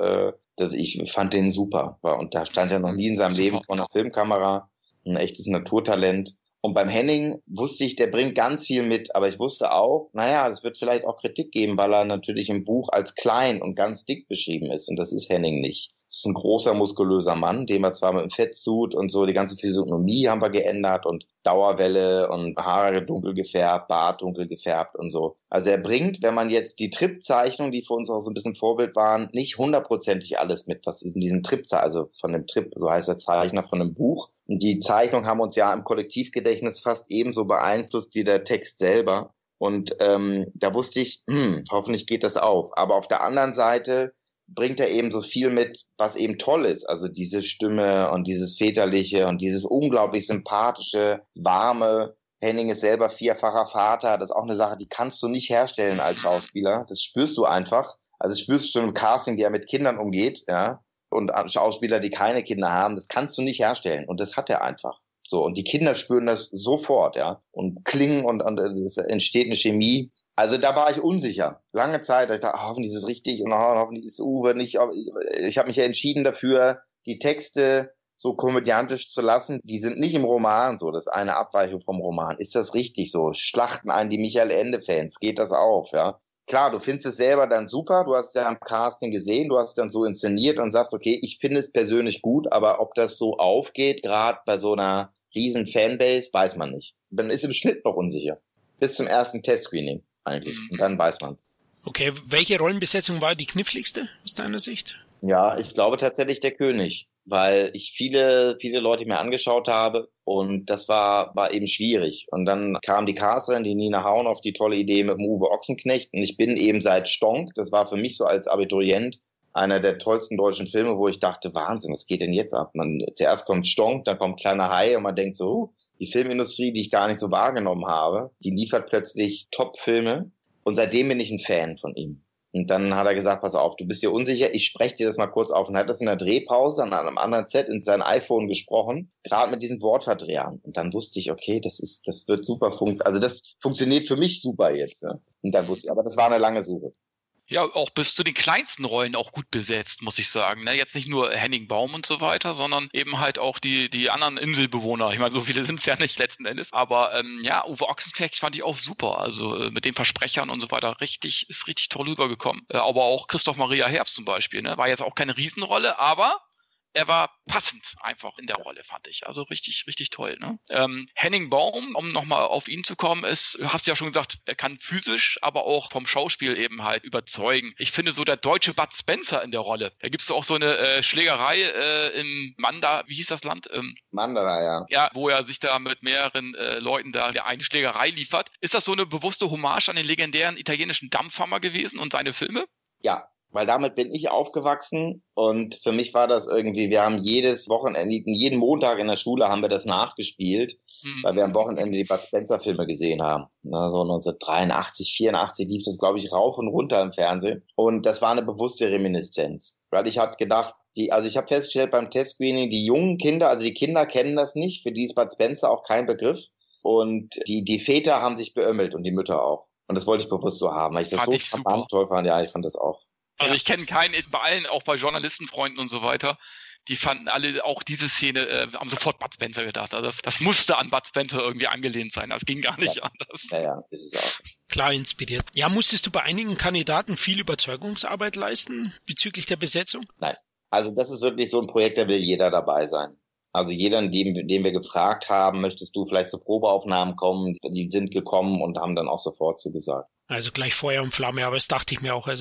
C: ich fand den super. Und da stand er noch nie in seinem Leben vor einer Filmkamera, ein echtes Naturtalent. Und beim Henning wusste ich, der bringt ganz viel mit, aber ich wusste auch, es wird vielleicht auch Kritik geben, weil er natürlich im Buch als klein und ganz dick beschrieben ist und das ist Henning nicht. Das ist ein großer, muskulöser Mann, den wir zwar mit dem Fettsuit und so, die ganze Physiognomie haben wir geändert und Dauerwelle und Haare dunkel gefärbt, Bart dunkel gefärbt und so. Also er bringt, wenn man jetzt die Trip-Zeichnungen, die für uns auch so ein bisschen Vorbild waren, nicht hundertprozentig alles mit, was ist in diesem also von dem Trip, so heißt der Zeichner von dem Buch. Und die Zeichnungen haben uns ja im Kollektivgedächtnis fast ebenso beeinflusst wie der Text selber. Und da wusste ich, hoffentlich geht das auf. Aber auf der anderen Seite bringt er eben so viel mit, was eben toll ist. Also diese Stimme und dieses Väterliche und dieses unglaublich sympathische, warme. Henning ist selber 4-facher Vater. Das ist auch eine Sache, die kannst du nicht herstellen als Schauspieler. Das spürst du einfach. Also das spürst du schon im Casting, der mit Kindern umgeht, ja. Und Schauspieler, die keine Kinder haben, das kannst du nicht herstellen. Und das hat er einfach. So. Und die Kinder spüren das sofort, ja. Und klingen und es entsteht eine Chemie. Also da war ich unsicher. Lange Zeit, ich dachte, hoffentlich ist es richtig und hoffentlich ist Uwe nicht. Ich habe mich ja entschieden dafür, die Texte so komödiantisch zu lassen. Die sind nicht im Roman so. Das ist eine Abweichung vom Roman. Ist das richtig so? Schlachten einen die Michael Ende-Fans? Geht das auf, ja? Klar, du findest es selber dann super. Du hast es ja im Casting gesehen. Du hast es dann so inszeniert und sagst, okay, ich finde es persönlich gut. Aber ob das so aufgeht, gerade bei so einer riesen Fanbase, weiß man nicht. Man ist im Schnitt noch unsicher. Bis zum ersten Testscreening eigentlich. Und dann weiß man's.
A: Okay, welche Rollenbesetzung war die kniffligste aus deiner Sicht?
C: Ja, ich glaube tatsächlich der König, weil ich viele Leute mir angeschaut habe und das war eben schwierig. Und dann kam die Casterin, die Nina Hauen, auf die tolle Idee mit dem Uwe Ochsenknecht und ich bin eben seit Stonk, das war für mich so als Abiturient einer der tollsten deutschen Filme, wo ich dachte, Wahnsinn, was geht denn jetzt ab? Zuerst kommt Stonk, dann kommt Kleiner Hai und man denkt so, die Filmindustrie, die ich gar nicht so wahrgenommen habe, die liefert plötzlich Top-Filme und seitdem bin ich ein Fan von ihm. Und dann hat er gesagt, pass auf, du bist dir unsicher, ich spreche dir das mal kurz auf. Und er hat das in der Drehpause an einem anderen Set in sein iPhone gesprochen, gerade mit diesen Wortverdrehern. Und dann wusste ich, okay, das wird super funktionieren. Also das funktioniert für mich super jetzt. Ja? Und dann wusste ich, aber das war eine lange Suche.
B: Ja, auch bis zu den kleinsten Rollen auch gut besetzt, muss ich sagen. Ne? Jetzt nicht nur Henning Baum und so weiter, sondern eben halt auch die anderen Inselbewohner. Ich meine, so viele sind es ja nicht letzten Endes. Aber Uwe Ochsenknecht fand ich auch super. Also mit den Versprechern und so weiter ist richtig toll rübergekommen. Aber auch Christoph Maria Herbst zum Beispiel. Ne? War jetzt auch keine Riesenrolle, aber er war passend einfach in der Rolle, fand ich. Also richtig, richtig toll. Ne? Henning Baum, um nochmal auf ihn zu kommen, hast du ja schon gesagt, er kann physisch, aber auch vom Schauspiel eben halt überzeugen. Ich finde so der deutsche Bud Spencer in der Rolle. Da gibt es auch so eine Schlägerei in Manda, wie hieß das Land?
C: Mandara, ja.
B: Ja, wo er sich da mit mehreren Leuten da eine Schlägerei liefert. Ist das so eine bewusste Hommage an den legendären italienischen Dampfhammer gewesen und seine Filme?
C: Ja. Weil damit bin ich aufgewachsen und für mich war das irgendwie, wir haben jedes Wochenende, jeden Montag in der Schule haben wir das nachgespielt, weil wir am Wochenende die Bud Spencer Filme gesehen haben. So 1983, 84 lief das, glaube ich, rauf und runter im Fernsehen und das war eine bewusste Reminiszenz. Weil ich habe gedacht, ich habe festgestellt beim Testscreening, die jungen Kinder, also die Kinder kennen das nicht, für die ist Bud Spencer auch kein Begriff und die Väter haben sich beömmelt und die Mütter auch. Und das wollte ich bewusst so haben, weil ich das so verdammt toll fand. Ja, ich fand das auch.
B: Also ich kenne keinen, bei allen, auch bei Journalistenfreunden und so weiter, die fanden alle auch diese Szene, haben sofort Bud Spencer gedacht. Also das musste an Bud Spencer irgendwie angelehnt sein. Das ging gar nicht anders.
C: Ja, ist es auch.
A: Klar inspiriert. Ja, musstest du bei einigen Kandidaten viel Überzeugungsarbeit leisten bezüglich der Besetzung?
C: Nein. Also das ist wirklich so ein Projekt, da will jeder dabei sein. Also jeder, den wir gefragt haben, möchtest du vielleicht zu Probeaufnahmen kommen, die sind gekommen und haben dann auch sofort zugesagt.
A: Also gleich Feuer und Flamme, aber das dachte ich mir auch. Also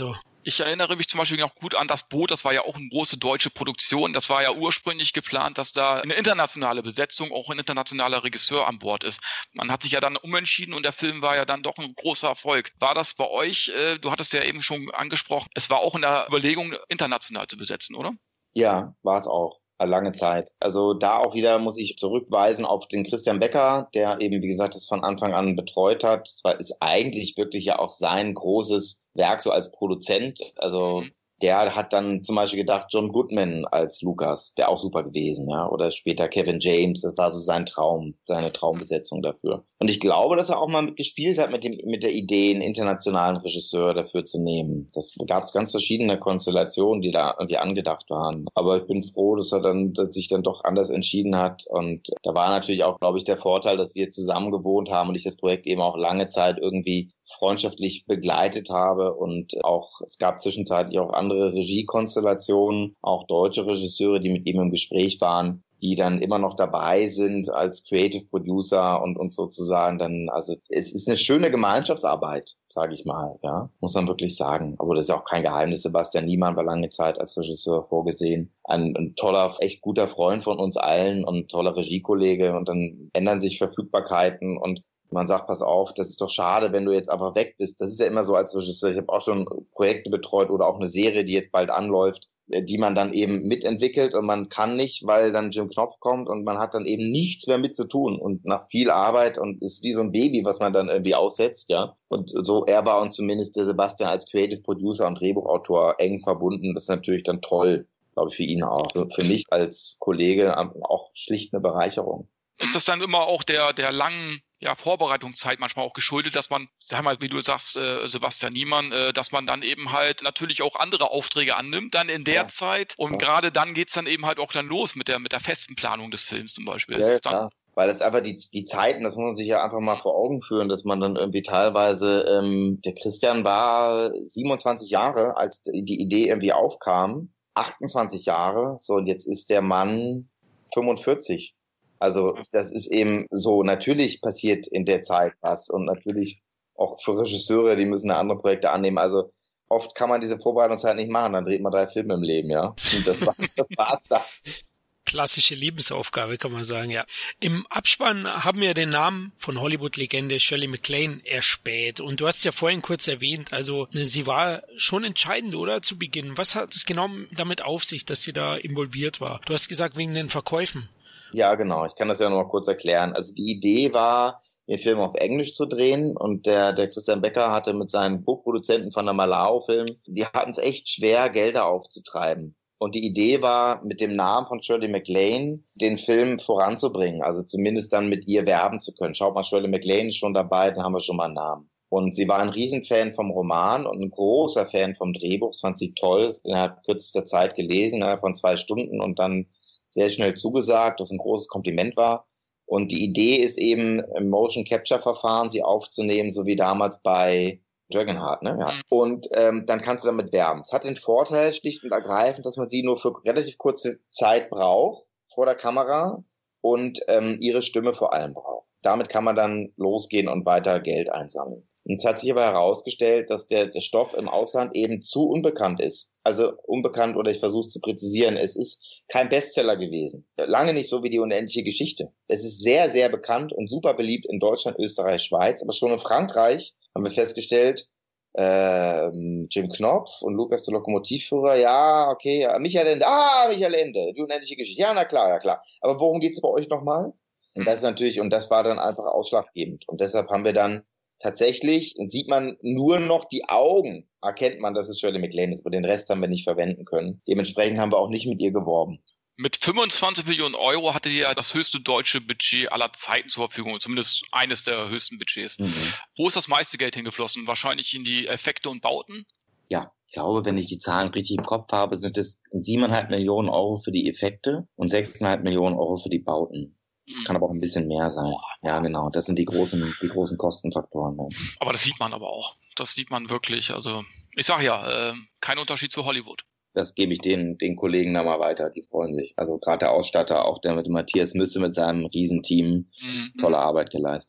B: Ich erinnere mich zum Beispiel noch gut an das Boot, das war ja auch eine große deutsche Produktion. Das war ja ursprünglich geplant, dass da eine internationale Besetzung, auch ein internationaler Regisseur an Bord ist. Man hat sich ja dann umentschieden und der Film war ja dann doch ein großer Erfolg. War das bei euch, du hattest ja eben schon angesprochen, es war auch in der Überlegung, international zu besetzen, oder?
C: Ja, war es auch. Lange Zeit. Also da auch wieder muss ich zurückweisen auf den Christian Becker, der eben, wie gesagt, das von Anfang an betreut hat. Das ist eigentlich wirklich ja auch sein großes Werk so als Produzent. Also der hat dann zum Beispiel gedacht, John Goodman als Lucas, wäre auch super gewesen, ja. Oder später Kevin James, das war so sein Traum, seine Traumbesetzung dafür. Und ich glaube, dass er auch mal mitgespielt hat mit der Idee, einen internationalen Regisseur dafür zu nehmen. Das gab es ganz verschiedene Konstellationen, die da irgendwie angedacht waren. Aber ich bin froh, dass sich dann doch anders entschieden hat. Und da war natürlich auch, glaube ich, der Vorteil, dass wir zusammen gewohnt haben und ich das Projekt eben auch lange Zeit irgendwie freundschaftlich begleitet habe und auch, es gab zwischenzeitlich auch andere Regiekonstellationen, auch deutsche Regisseure, die mit ihm im Gespräch waren, die dann immer noch dabei sind als Creative Producer und sozusagen dann, also es ist eine schöne Gemeinschaftsarbeit, sage ich mal, ja, muss man wirklich sagen. Aber das ist auch kein Geheimnis, Sebastian Niemann war lange Zeit als Regisseur vorgesehen. Ein toller, echt guter Freund von uns allen und toller Regiekollege und dann ändern sich Verfügbarkeiten und man sagt, pass auf, das ist doch schade, wenn du jetzt einfach weg bist. Das ist ja immer so als Regisseur. Ich habe auch schon Projekte betreut oder auch eine Serie, die jetzt bald anläuft, die man dann eben mitentwickelt und man kann nicht, weil dann Jim Knopf kommt und man hat dann eben nichts mehr mit zu tun und nach viel Arbeit und ist wie so ein Baby, was man dann irgendwie aussetzt, ja. Und so, er war uns zumindest der Sebastian als Creative Producer und Drehbuchautor eng verbunden. Das ist natürlich dann toll, glaube ich, für ihn auch. Für mich als Kollege auch schlicht eine Bereicherung.
B: Ist das dann immer auch der langen Vorbereitungszeit manchmal auch geschuldet, dass man, sag mal, wie du sagst, Sebastian Niemann, dass man dann eben halt natürlich auch andere Aufträge annimmt, dann in der Zeit und gerade dann geht's dann eben halt auch dann los mit der festen Planung des Films zum Beispiel.
C: Ja, klar. Weil das einfach die Zeiten, das muss man sich ja einfach mal vor Augen führen, dass man dann irgendwie teilweise, der Christian war 27 Jahre, als die Idee irgendwie aufkam, 28 Jahre, so und jetzt ist der Mann 45. Also das ist eben so, natürlich passiert in der Zeit was und natürlich auch für Regisseure, die müssen andere Projekte annehmen. Also oft kann man diese Vorbereitungszeit nicht machen, dann dreht man 3 Filme im Leben, ja. Und das war's da.
A: Klassische Lebensaufgabe, kann man sagen, ja. Im Abspann haben wir den Namen von Hollywood-Legende Shirley MacLaine erspäht. Und du hast es ja vorhin kurz erwähnt, also sie war schon entscheidend, oder, zu Beginn. Was hat es genau damit auf sich, dass sie da involviert war? Du hast gesagt, wegen den Verkäufen.
C: Ja, genau. Ich kann das ja noch mal kurz erklären. Also die Idee war, den Film auf Englisch zu drehen und der Christian Becker hatte mit seinen Co-Produzenten von der Malao-Film, die hatten es echt schwer, Gelder aufzutreiben. Und die Idee war, mit dem Namen von Shirley MacLaine den Film voranzubringen, also zumindest dann mit ihr werben zu können. Schaut mal, Shirley MacLaine ist schon dabei, dann haben wir schon mal einen Namen. Und sie war ein Riesenfan vom Roman und ein großer Fan vom Drehbuch. Das fand sie toll. Innerhalb kürzester Zeit gelesen, innerhalb von 2 Stunden und dann sehr schnell zugesagt, was ein großes Kompliment war. Und die Idee ist eben, im Motion Capture Verfahren sie aufzunehmen, so wie damals bei Dragonheart, ne? Ja. Und dann kannst du damit werben. Es hat den Vorteil, schlicht und ergreifend, dass man sie nur für relativ kurze Zeit braucht, vor der Kamera und ihre Stimme vor allem braucht. Damit kann man dann losgehen und weiter Geld einsammeln. Und es hat sich aber herausgestellt, dass der Stoff im Ausland eben zu unbekannt ist. Also unbekannt, oder ich versuche es zu präzisieren, es ist kein Bestseller gewesen. Lange nicht so wie die unendliche Geschichte. Es ist sehr, sehr bekannt und super beliebt in Deutschland, Österreich, Schweiz, aber schon in Frankreich haben wir festgestellt, Jim Knopf und Lukas der Lokomotivführer, ja, okay, Michael Ende, die unendliche Geschichte, ja, na klar, ja klar. Aber worum geht's bei euch nochmal? Und das ist natürlich, und das war dann einfach ausschlaggebend. Und deshalb haben wir dann tatsächlich, sieht man nur noch die Augen, erkennt man, dass es Shirley MacLaine ist, aber den Rest haben wir nicht verwenden können. Dementsprechend haben wir auch nicht mit ihr geworben.
B: Mit 25 Millionen Euro hatte die ja das höchste deutsche Budget aller Zeiten zur Verfügung, zumindest eines der höchsten Budgets. Wo ist das meiste Geld hingeflossen? Wahrscheinlich in die Effekte und Bauten?
C: Ja, ich glaube, wenn ich die Zahlen richtig im Kopf habe, sind es 7,5 Millionen Euro für die Effekte und 6,5 Millionen Euro für die Bauten. Kann aber auch ein bisschen mehr sein. Ja, genau. Das sind die großen Kostenfaktoren. Ja.
B: Aber das sieht man aber auch. Das sieht man wirklich. Also, ich sag ja, kein Unterschied zu Hollywood.
C: Das gebe ich den Kollegen da mal weiter. Die freuen sich. Also gerade der Ausstatter, auch der mit Matthias Müsse mit seinem Riesenteam, tolle Arbeit geleistet.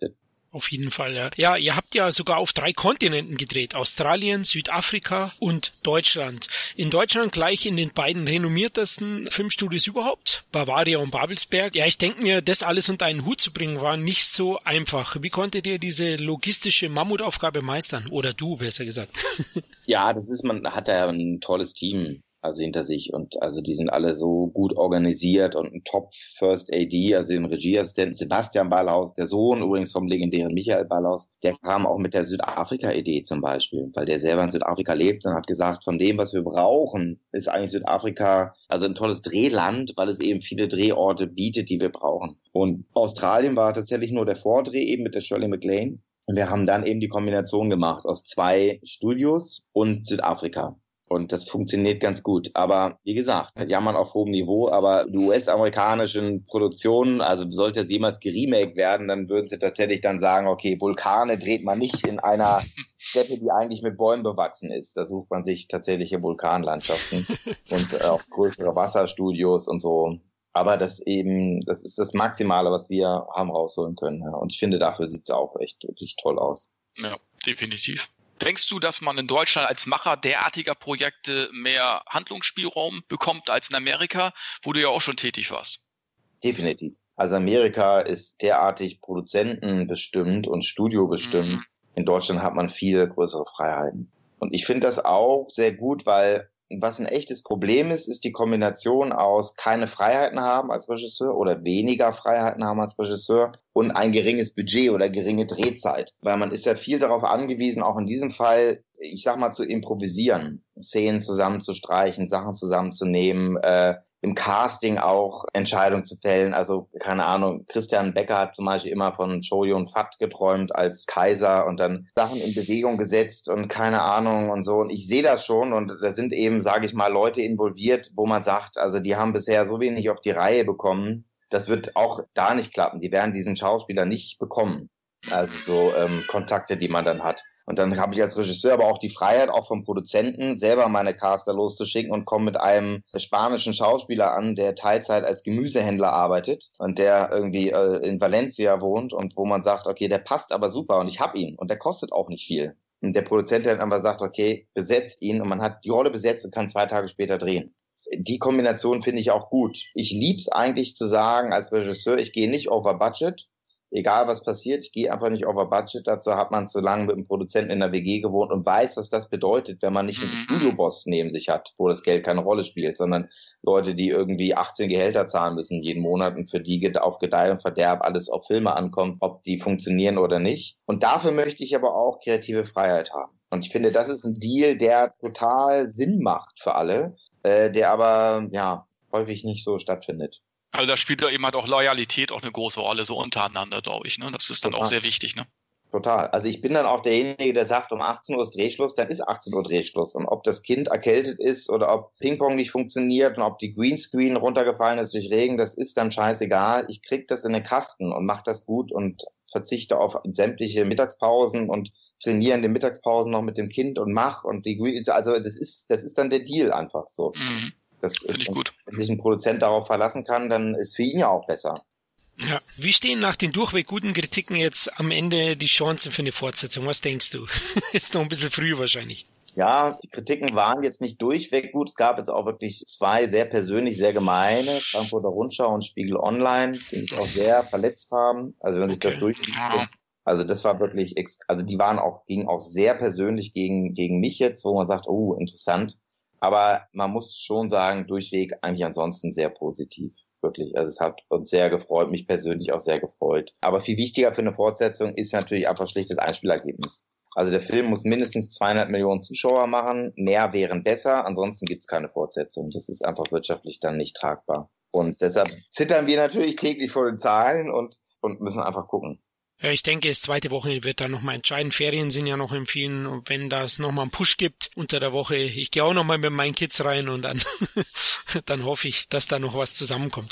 A: Auf jeden Fall, ja. Ja, ihr habt ja sogar auf 3 Kontinenten gedreht. Australien, Südafrika und Deutschland. In Deutschland gleich in den beiden renommiertesten Filmstudios überhaupt, Bavaria und Babelsberg. Ja, ich denke mir, das alles unter einen Hut zu bringen, war nicht so einfach. Wie konntet ihr diese logistische Mammutaufgabe meistern? Oder du, besser gesagt.
C: Ja, man hat ja ein tolles Team also hinter sich und also die sind alle so gut organisiert und ein Top First AD, also den Regieassistenten Sebastian Ballhaus, der Sohn übrigens vom legendären Michael Ballhaus, der kam auch mit der Südafrika-Idee zum Beispiel, weil der selber in Südafrika lebt und hat gesagt, von dem, was wir brauchen, ist eigentlich Südafrika also ein tolles Drehland, weil es eben viele Drehorte bietet, die wir brauchen. Und Australien war tatsächlich nur der Vordreh eben mit der Shirley MacLaine. Und wir haben dann eben die Kombination gemacht aus 2 Studios und Südafrika. Und das funktioniert ganz gut. Aber wie gesagt, jammern auf hohem Niveau, aber die US-amerikanischen Produktionen, also sollte es jemals geremaked werden, dann würden sie tatsächlich dann sagen, okay, Vulkane dreht man nicht in einer Steppe, die eigentlich mit Bäumen bewachsen ist. Da sucht man sich tatsächliche Vulkanlandschaften und auch größere Wasserstudios und so. Aber das ist das Maximale, was wir haben rausholen können. Ja. Und ich finde, dafür sieht es auch echt wirklich toll aus.
B: Ja, definitiv. Denkst du, dass man in Deutschland als Macher derartiger Projekte mehr Handlungsspielraum bekommt als in Amerika, wo du ja auch schon tätig warst?
C: Definitiv. Also Amerika ist derartig produzentenbestimmt und studiobestimmt. Mhm. In Deutschland hat man viel größere Freiheiten. Und ich finde das auch sehr gut, weil was ein echtes Problem ist die Kombination aus keine Freiheiten haben als Regisseur oder weniger Freiheiten haben als Regisseur und ein geringes Budget oder geringe Drehzeit. Weil man ist ja viel darauf angewiesen, auch in diesem Fall, ich sag mal, zu improvisieren, Szenen zusammenzustreichen, Sachen zusammenzunehmen, im Casting auch Entscheidungen zu fällen. Also, keine Ahnung, Christian Becker hat zum Beispiel immer von Chow Yun-Fat geträumt als Kaiser und dann Sachen in Bewegung gesetzt und keine Ahnung und so. Und ich sehe das schon und da sind eben, sage ich mal, Leute involviert, wo man sagt, also die haben bisher so wenig auf die Reihe bekommen, das wird auch da nicht klappen. Die werden diesen Schauspieler nicht bekommen. Also so Kontakte, die man dann hat. Und dann habe ich als Regisseur aber auch die Freiheit, auch vom Produzenten, selber meine Caster loszuschicken und komme mit einem spanischen Schauspieler an, der Teilzeit als Gemüsehändler arbeitet und der irgendwie in Valencia wohnt und wo man sagt, okay, der passt aber super und ich habe ihn und der kostet auch nicht viel. Und der Produzent dann einfach sagt, okay, besetzt ihn und man hat die Rolle besetzt und kann 2 Tage später drehen. Die Kombination finde ich auch gut. Ich lieb's eigentlich zu sagen als Regisseur, ich gehe nicht over budget. Egal was passiert, ich gehe einfach nicht over budget. Dazu hat man zu lange mit einem Produzenten in der WG gewohnt und weiß, was das bedeutet, wenn man nicht einen Studioboss neben sich hat, wo das Geld keine Rolle spielt, sondern Leute, die irgendwie 18 Gehälter zahlen müssen jeden Monat und für die auf Gedeih und Verderb alles auf Filme ankommt, ob die funktionieren oder nicht. Und dafür möchte ich aber auch kreative Freiheit haben. Und ich finde, das ist ein Deal, der total Sinn macht für alle, der aber ja häufig nicht so stattfindet.
B: Also da spielt ja eben halt auch Loyalität auch eine große Rolle, so untereinander, glaube ich. Ne? Das ist dann auch sehr wichtig. Ne?
C: Total. Also ich bin dann auch derjenige, der sagt, um 18 Uhr ist Drehschluss, dann ist 18 Uhr Drehschluss. Und ob das Kind erkältet ist oder ob Ping-Pong nicht funktioniert und ob die Greenscreen runtergefallen ist durch Regen, das ist dann scheißegal. Ich krieg das in den Kasten und mach das gut und verzichte auf sämtliche Mittagspausen und trainiere in den Mittagspausen noch mit dem Kind und mach und also das ist dann der Deal einfach so.
B: Mhm.
C: Das ist gut. Wenn sich ein Produzent darauf verlassen kann, dann ist für ihn ja auch besser.
A: Ja. Wie stehen nach den durchweg guten Kritiken jetzt am Ende die Chancen für eine Fortsetzung? Was denkst du? Ist noch ein bisschen früh wahrscheinlich.
C: Ja, die Kritiken waren jetzt nicht durchweg gut. Es gab jetzt auch wirklich 2 sehr persönlich, sehr gemeine, Frankfurter Rundschau und Spiegel Online, die mich auch sehr verletzt haben. Also wenn sich das durchliest. Also das war wirklich, also die gingen auch sehr persönlich gegen mich jetzt, wo man sagt, oh, interessant. Aber man muss schon sagen, durchweg eigentlich ansonsten sehr positiv. Wirklich. Also es hat uns sehr gefreut, mich persönlich auch sehr gefreut. Aber viel wichtiger für eine Fortsetzung ist natürlich einfach schlicht das Einspielergebnis. Also der Film muss mindestens 200 Millionen Zuschauer machen. Mehr wären besser. Ansonsten gibt es keine Fortsetzung. Das ist einfach wirtschaftlich dann nicht tragbar. Und deshalb zittern wir natürlich täglich vor den Zahlen und müssen einfach gucken.
A: Ja, ich denke, das zweite Wochenende wird da nochmal entscheiden. Ferien sind ja noch im vielen und wenn das nochmal einen Push gibt unter der Woche, ich gehe auch nochmal mit meinen Kids rein und dann hoffe ich, dass da noch was zusammenkommt.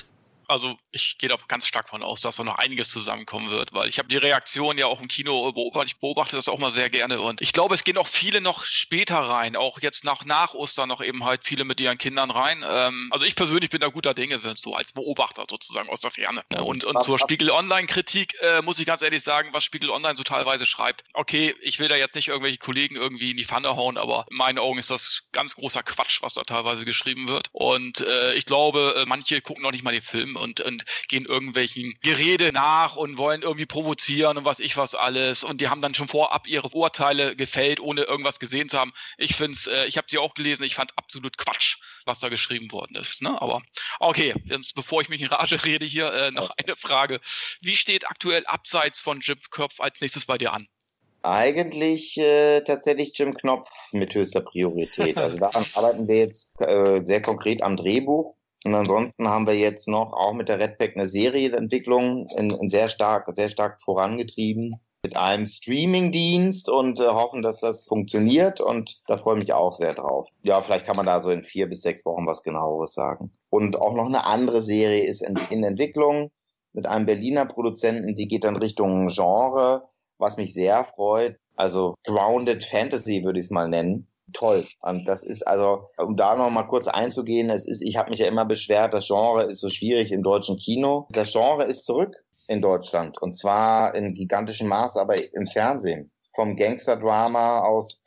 B: Also ich gehe da ganz stark von aus, dass da noch einiges zusammenkommen wird, weil ich habe die Reaktion ja auch im Kino beobachtet. Ich beobachte das auch mal sehr gerne und ich glaube, es gehen auch viele noch später rein, auch jetzt nach Ostern noch eben halt viele mit ihren Kindern rein. Also ich persönlich bin da guter Dinge, so als Beobachter sozusagen aus der Ferne. Und zur Spiegel Online-Kritik muss ich ganz ehrlich sagen, was Spiegel Online so teilweise schreibt. Okay, ich will da jetzt nicht irgendwelche Kollegen irgendwie in die Pfanne hauen, aber in meinen Augen ist das ganz großer Quatsch, was da teilweise geschrieben wird. Und ich glaube, manche gucken noch nicht mal den Film und gehen irgendwelchen Gerede nach und wollen irgendwie provozieren und was ich was alles. Und die haben dann schon vorab ihre Urteile gefällt, ohne irgendwas gesehen zu haben. Ich finde es, ich habe sie auch gelesen, ich fand absolut Quatsch, was da geschrieben worden ist. Ne? Aber okay, jetzt bevor ich mich in Rage rede hier, noch eine Frage. Wie steht aktuell abseits von Jim Knopf als nächstes bei dir an?
C: Eigentlich tatsächlich Jim Knopf mit höchster Priorität. Also daran arbeiten wir jetzt sehr konkret am Drehbuch. Und ansonsten haben wir jetzt noch auch mit der Red Pack eine Serienentwicklung sehr stark vorangetrieben mit einem Streamingdienst und hoffen, dass das funktioniert. Und da freue ich mich auch sehr drauf. Ja, vielleicht kann man da so in 4 bis 6 Wochen was Genaueres sagen. Und auch noch eine andere Serie ist in Entwicklung mit einem Berliner Produzenten, die geht dann Richtung Genre, was mich sehr freut. Also Grounded Fantasy würde ich es mal nennen. Toll. Und das ist also, um da noch mal kurz einzugehen, ich habe mich ja immer beschwert, das Genre ist so schwierig im deutschen Kino. Das Genre ist zurück in Deutschland und zwar in gigantischem Maß, aber im Fernsehen. Vom Gangster-Drama aus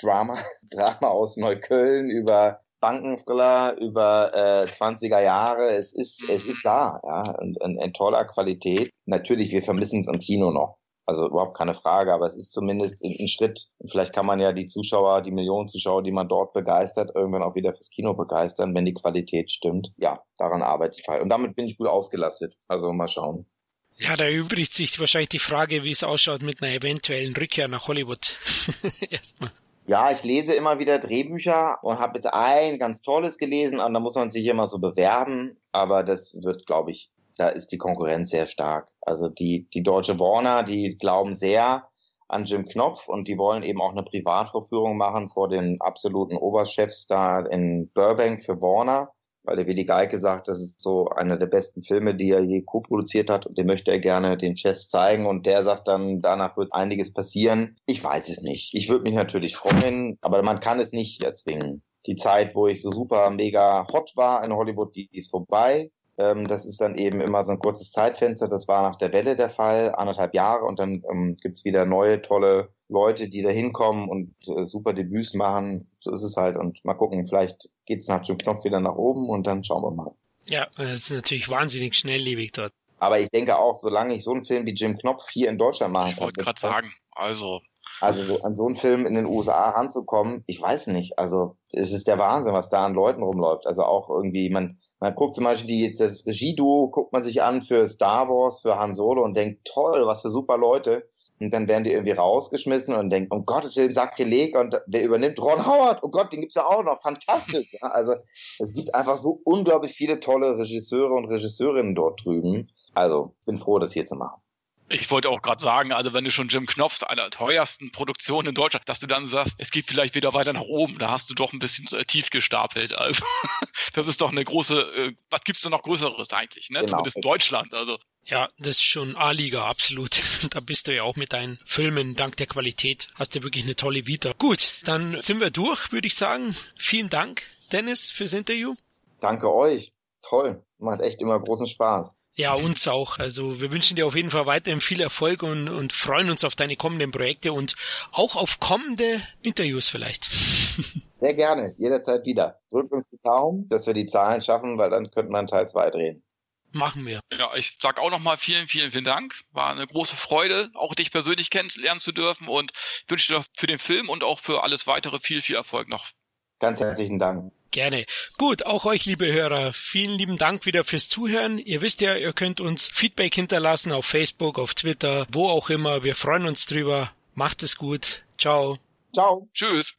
C: Neukölln über Bankenthriller, über 20er Jahre. Es ist da, ja, und in toller Qualität. Natürlich, wir vermissen es im Kino noch. Also überhaupt keine Frage, aber es ist zumindest ein Schritt. Und vielleicht kann man ja die Millionen Zuschauer, die man dort begeistert, irgendwann auch wieder fürs Kino begeistern, wenn die Qualität stimmt. Ja, daran arbeite ich halt. Und damit bin ich gut ausgelastet. Also mal schauen.
A: Ja, da übrigt sich wahrscheinlich die Frage, wie es ausschaut mit einer eventuellen Rückkehr nach Hollywood. Erstmal.
C: Ja, ich lese immer wieder Drehbücher und habe jetzt ein ganz tolles gelesen. Und da muss man sich immer so bewerben. Aber das wird, glaube ich, da ist die Konkurrenz sehr stark. Also die deutsche Warner, die glauben sehr an Jim Knopf und die wollen eben auch eine Privatvorführung machen vor den absoluten Oberchefs da in Burbank für Warner, weil der Willi Geike sagt, das ist so einer der besten Filme, die er je co-produziert hat und den möchte er gerne den Chefs zeigen und der sagt dann, danach wird einiges passieren. Ich weiß es nicht. Ich würde mich natürlich freuen, aber man kann es nicht erzwingen. Die Zeit, wo ich so super mega hot war in Hollywood, die ist vorbei. Das ist dann eben immer so ein kurzes Zeitfenster. Das war nach der Welle der Fall, 1,5 Jahre. Und dann gibt's wieder neue, tolle Leute, die da hinkommen und super Debüts machen. So ist es halt. Und mal gucken, vielleicht geht's nach Jim Knopf wieder nach oben und dann schauen wir mal.
A: Ja, das ist natürlich wahnsinnig schnelllebig dort.
C: Aber ich denke auch, solange ich so einen Film wie Jim Knopf hier in Deutschland machen kann.
B: Ich wollte gerade sagen, also
C: so an so einen Film in den USA ranzukommen, ich weiß nicht. Also es ist der Wahnsinn, was da an Leuten rumläuft. Also auch irgendwie, man guckt zum Beispiel das Regie-Duo, guckt man sich an für Star Wars, für Han Solo und denkt, toll, was für super Leute. Und dann werden die irgendwie rausgeschmissen und denkt, um Gottes Willen, Sakrileg. Und wer übernimmt? Ron Howard. Oh Gott, den gibt's ja auch noch. Fantastisch. Ja, also es gibt einfach so unglaublich viele tolle Regisseure und Regisseurinnen dort drüben. Also ich bin froh, das hier zu machen.
B: Ich wollte auch gerade sagen, also wenn du schon Jim Knopf, einer der teuersten Produktionen in Deutschland, dass du dann sagst, es geht vielleicht wieder weiter nach oben, da hast du doch ein bisschen tief gestapelt. Also das ist doch eine große, was gibt's denn noch Größeres eigentlich, ne? Genau. Zumindest in Deutschland. Also
A: ja, das ist schon A-Liga, absolut. Da bist du ja auch mit deinen Filmen, dank der Qualität, hast du wirklich eine tolle Vita. Gut, dann sind wir durch, würde ich sagen. Vielen Dank, Dennis, fürs Interview.
C: Danke euch. Toll. Macht echt immer großen Spaß.
A: Ja, uns auch. Also wir wünschen dir auf jeden Fall weiterhin viel Erfolg und freuen uns auf deine kommenden Projekte und auch auf kommende Interviews vielleicht.
C: Sehr gerne, jederzeit wieder. Drückt uns die Daumen, dass wir die Zahlen schaffen, weil dann könnten wir einen Teil 2 drehen.
A: Machen wir.
B: Ja, ich sag auch nochmal vielen, vielen, vielen Dank. War eine große Freude, auch dich persönlich kennenlernen zu dürfen und ich wünsche dir für den Film und auch für alles weitere viel, viel Erfolg noch.
C: Ganz herzlichen Dank.
A: Gerne. Gut, auch euch, liebe Hörer, vielen lieben Dank wieder fürs Zuhören. Ihr wisst ja, ihr könnt uns Feedback hinterlassen auf Facebook, auf Twitter, wo auch immer. Wir freuen uns drüber. Macht es gut. Ciao.
C: Ciao.
B: Tschüss.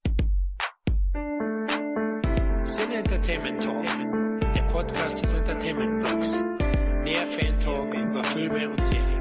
A: Cine Entertainment Talk, der Podcast des Entertainment Blogs. Mehr Fan Talk über Filme und Serien.